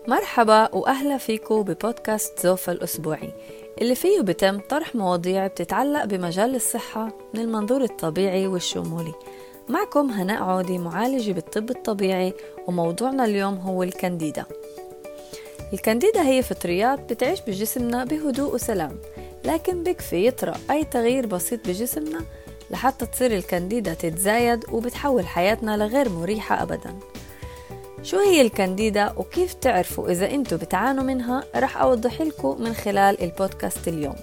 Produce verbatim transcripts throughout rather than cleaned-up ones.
مرحبا وأهلا فيكم ببودكاست زوفا الأسبوعي اللي فيه بتم طرح مواضيع بتتعلق بمجال الصحة من المنظور الطبيعي والشمولي. معكم هناء عودي، معالجة بالطب الطبيعي، وموضوعنا اليوم هو الكانديدا. الكانديدا هي فطريات بتعيش بجسمنا بهدوء وسلام، لكن بكفي يطرأ أي تغيير بسيط بجسمنا لحتى تصير الكانديدا تتزايد وبتحول حياتنا لغير مريحة أبداً. شو هي الكانديدا وكيف تعرفوا إذا أنتوا بتعانوا منها؟ رح أوضح لكم من خلال البودكاست اليوم.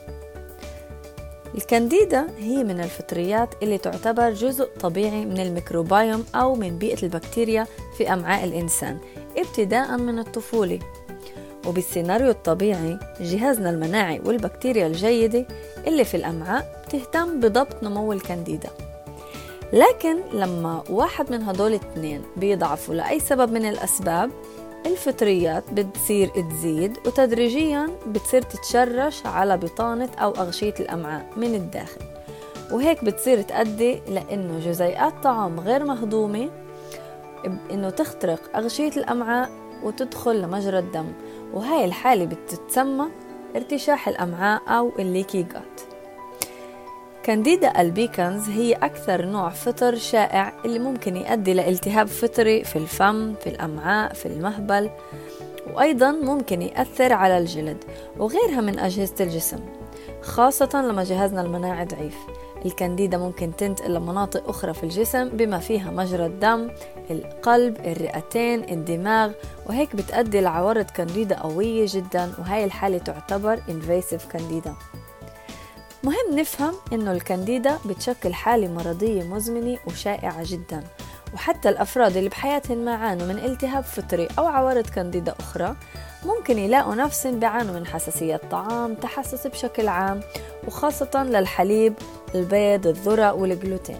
الكانديدا هي من الفطريات اللي تعتبر جزء طبيعي من الميكروبايوم أو من بيئة البكتيريا في أمعاء الإنسان ابتداء من الطفولة. وبالسيناريو الطبيعي جهازنا المناعي والبكتيريا الجيدة اللي في الأمعاء بتهتم بضبط نمو الكانديدا. لكن لما واحد من هدول الاثنين بيضعفوا لأي سبب من الأسباب، الفطريات بتصير تزيد وتدريجيا بتصير تتشرش على بطانة أو أغشية الأمعاء من الداخل، وهيك بتصير تؤدي لأنه جزيئات طعام غير مهضومة إنه تخترق أغشية الأمعاء وتدخل لمجرى الدم، وهاي الحالة بتتسمى ارتشاح الأمعاء أو الليكي جات. كانديدا البيكنز هي أكثر نوع فطر شائع اللي ممكن يؤدي لالتهاب فطري في الفم، في الأمعاء، في المهبل، وأيضا ممكن يأثر على الجلد وغيرها من أجهزة الجسم، خاصة لما جهازنا المناعي ضعيف. الكانديدا ممكن تنتقل لمناطق أخرى في الجسم بما فيها مجرى الدم، القلب، الرئتين، الدماغ، وهيك بتؤدي لعوارض كانديدا قوية جدا، وهاي الحالة تعتبر invasive كانديدا. مهم نفهم إنه الكانديدا بتشكل حالة مرضية مزمنة وشائعة جدا، وحتى الأفراد اللي بحياتهم ما عانوا من التهاب فطري أو عوارض كانديدا أخرى ممكن يلاقوا نفسهم بيعانوا من حساسية طعام، تحسس بشكل عام، وخاصة للحليب، البيض، الذرة والجلوتين.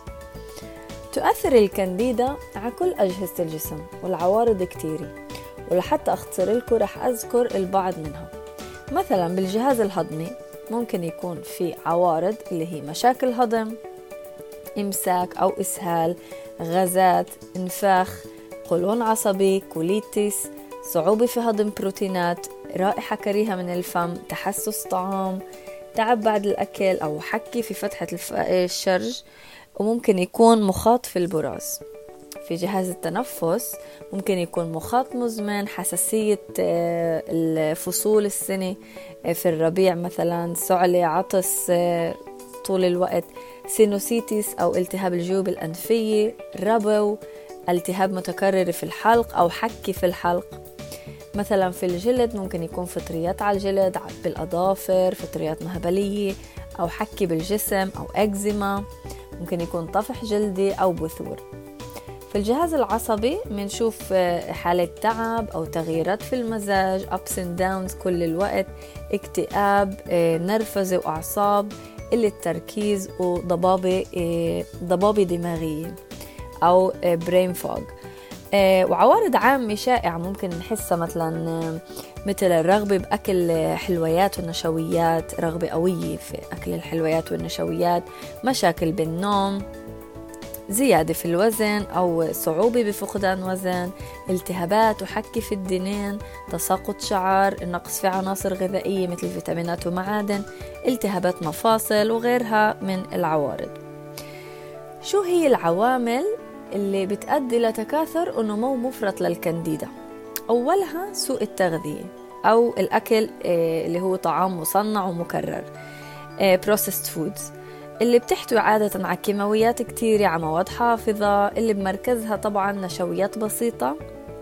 تؤثر الكانديدا على كل أجهزة الجسم والعوارض كتيرة، ولحتى أختصر لكم رح أذكر البعض منها. مثلا بالجهاز الهضمي ممكن يكون في عوارض اللي هي مشاكل هضم، إمساك أو إسهال، غازات، انفاخ، قولون عصبي، كوليتس، صعوبة في هضم بروتينات، رائحة كريهة من الفم، تحسس طعام، تعب بعد الأكل أو حكي في فتحة الشرج، وممكن يكون مخاط في البراز. في جهاز التنفس ممكن يكون مخاط مزمن، حساسية الفصول السنة في الربيع مثلا، سعلة، عطس طول الوقت، سينوسيتس أو التهاب الجيوب الأنفية، ربو، التهاب متكرر في الحلق أو حكي في الحلق. مثلا في الجلد ممكن يكون فطريات على الجلد بالأظافر، فطريات مهبلية أو حكي بالجسم أو أكزيما، ممكن يكون طفح جلدي أو بثور. في الجهاز العصبي منشوف حالة تعب أو تغييرات في المزاج، ups and downs كل الوقت، اكتئاب، نرفزة وأعصاب، قلة تركيز، وضبابة ضبابة دماغية أو brain fog. وعوارض عامة شائعة ممكن نحسها مثلا مثل الرغبة بأكل حلويات والنشويات، رغبة قوية في أكل الحلويات والنشويات، مشاكل بالنوم، زيادة في الوزن أو صعوبة بفقدان وزن، التهابات وحكي في الدنين، تساقط شعر، نقص في عناصر غذائية مثل فيتامينات ومعادن، التهابات مفاصل، وغيرها من العوارض. شو هي العوامل اللي بتؤدي لتكاثر ونمو مفرط للكانديدا؟ أولها سوء التغذية أو الأكل اللي هو طعام مصنع ومكرر، processed foods، اللي بتحتوي عادة على كيماويات كتيرة، على مواد حافظة، اللي بمركزها طبعا نشويات بسيطة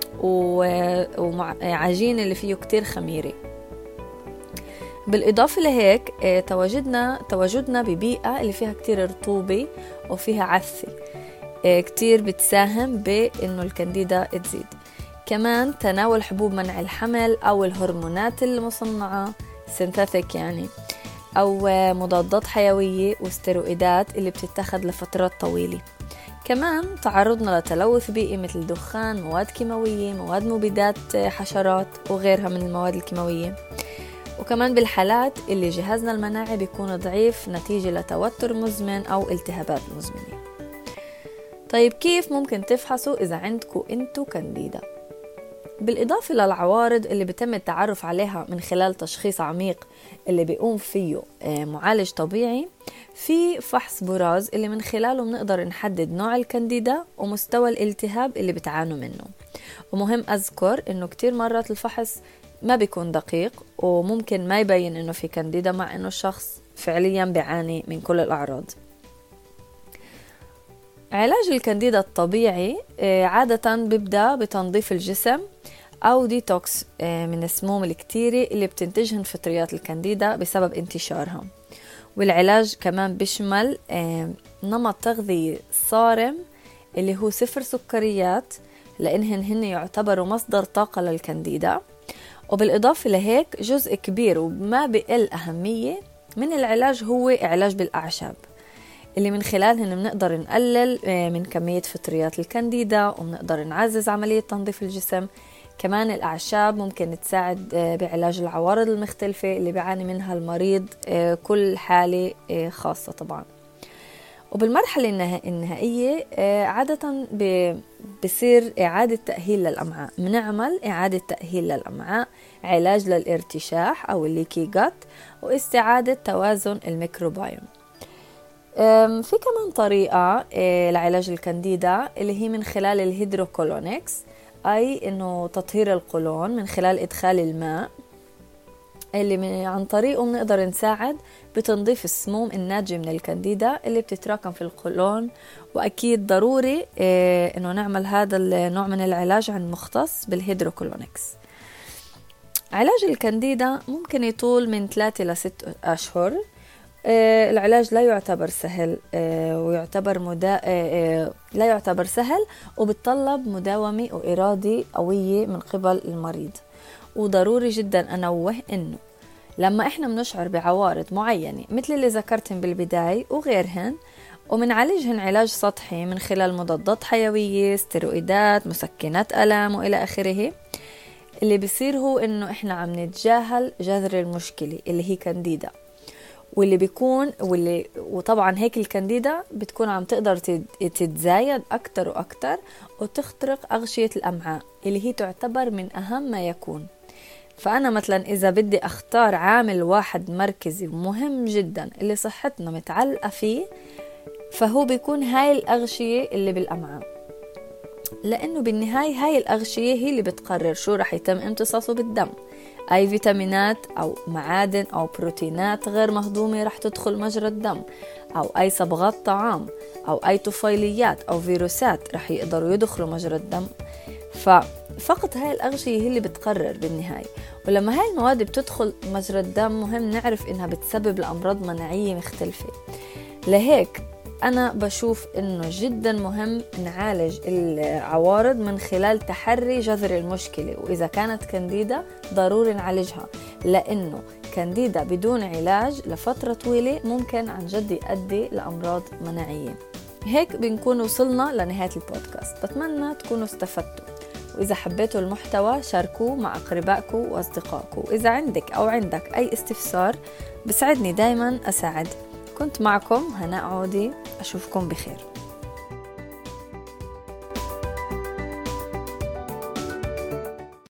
وعجين اللي فيه كتير خميرة. بالإضافة لهيك تواجدنا تواجدنا ببيئة اللي فيها كتير رطوبة وفيها عثة كتير بتساهم بإنه الكانديدا تزيد. كمان تناول حبوب منع الحمل أو الهرمونات المصنعة synthetic يعني، أو مضادات حيوية وستيروئيدات اللي بتتخذ لفترات طويلة. كمان تعرضنا لتلوث بيئي مثل دخان، مواد كيماوية، مواد مبيدات حشرات، وغيرها من المواد الكيماوية. وكمان بالحالات اللي جهازنا المناعي بيكون ضعيف نتيجة لتوتر مزمن أو التهابات مزمنة. طيب كيف ممكن تفحصوا إذا عندكم انتو كانديدا؟ بالإضافة للعوارض اللي بتم التعرف عليها من خلال تشخيص عميق اللي بيقوم فيه معالج طبيعي، في فحص براز اللي من خلاله بنقدر نحدد نوع الكانديدا ومستوى الالتهاب اللي بتعانوا منه. ومهم أذكر إنه كتير مرات الفحص ما بيكون دقيق وممكن ما يبين إنه في كانديدا، مع إنه الشخص فعليا بيعاني من كل الأعراض. علاج الكانديدا الطبيعي عادة بيبدأ بتنظيف الجسم أو ديتوكس من السموم الكتيرة اللي بتنتجهن فطريات الكانديدا بسبب انتشارها. والعلاج كمان بيشمل نمط تغذية صارم اللي هو صفر سكريات، لأنهن هن يعتبروا مصدر طاقة للكانديدا. وبالإضافة لهيك جزء كبير وما بقل أهمية من العلاج هو علاج بالأعشاب، اللي من خلالهن بنقدر نقلل من كمية فطريات الكانديدا وبنقدر نعزز عملية تنظيف الجسم. كمان الأعشاب ممكن تساعد بعلاج العوارض المختلفة اللي بيعاني منها المريض، كل حالة خاصة طبعا. وبالمرحلة النهائية عادة بصير إعادة تأهيل للأمعاء، بنعمل إعادة تأهيل للأمعاء، علاج للارتشاح أو الليكي جات، واستعادة توازن الميكروبيوم. في كمان طريقة لعلاج الكانديدا اللي هي من خلال الهيدروكولونكس، أي إنه تطهير القولون من خلال إدخال الماء، اللي عن طريقه بنقدر نساعد بتنظيف السموم الناتجة من الكانديدا اللي بتتراكم في القولون. وأكيد ضروري إنه نعمل هذا النوع من العلاج عند مختص بالهيدروكولونكس. علاج الكانديدا ممكن يطول من ثلاثة لست أشهر. العلاج لا يعتبر سهل ويعتبر مدا... لا يعتبر سهل وبتطلب مداومة وإرادة قوية من قبل المريض. وضروري جدا أنوه إنه لما إحنا بنشعر بعوارض معينة مثل اللي ذكرتهم بالبداية وغيرهن، ومنعالجهن علاج سطحي من خلال مضادات حيوية، ستيرويدات، مسكنات ألم وإلى آخره، اللي بيصير هو إنه إحنا عم نتجاهل جذر المشكلة اللي هي كانديدا، واللي بيكون واللي وطبعا هيك الكانديدا بتكون عم تقدر تتزايد أكتر وأكتر وتخترق أغشية الأمعاء اللي هي تعتبر من أهم ما يكون. فأنا مثلا إذا بدي أختار عامل واحد مركزي ومهم جدا اللي صحتنا متعلقة فيه، فهو بيكون هاي الأغشية اللي بالأمعاء، لأنه بالنهاية هاي الأغشية هي اللي بتقرر شو رح يتم امتصاصه بالدم. أي فيتامينات أو معادن أو بروتينات غير مهضومة رح تدخل مجرى الدم، أو أي صبغات طعام أو أي طفيليات أو فيروسات رح يقدروا يدخلوا مجرى الدم. ففقط هاي الأغشية هي اللي بتقرر بالنهاية. ولما هاي المواد بتدخل مجرى الدم مهم نعرف إنها بتسبب لأمراض مناعية مختلفة. لهيك أنا بشوف إنه جدا مهم نعالج العوارض من خلال تحري جذر المشكلة، وإذا كانت كانديدا ضروري نعالجها، لأنه كانديدا بدون علاج لفترة طويلة ممكن عن جد يؤدي لأمراض مناعية. هيك بنكون وصلنا لنهاية البودكاست. بتمنى تكونوا استفدتوا، وإذا حبيتوا المحتوى شاركوه مع أقربائكم وأصدقائكم. وإذا عندك أو عندك أي استفسار بسعدني دايما أساعد. كنت معكم هناء عودي، أشوفكم بخير.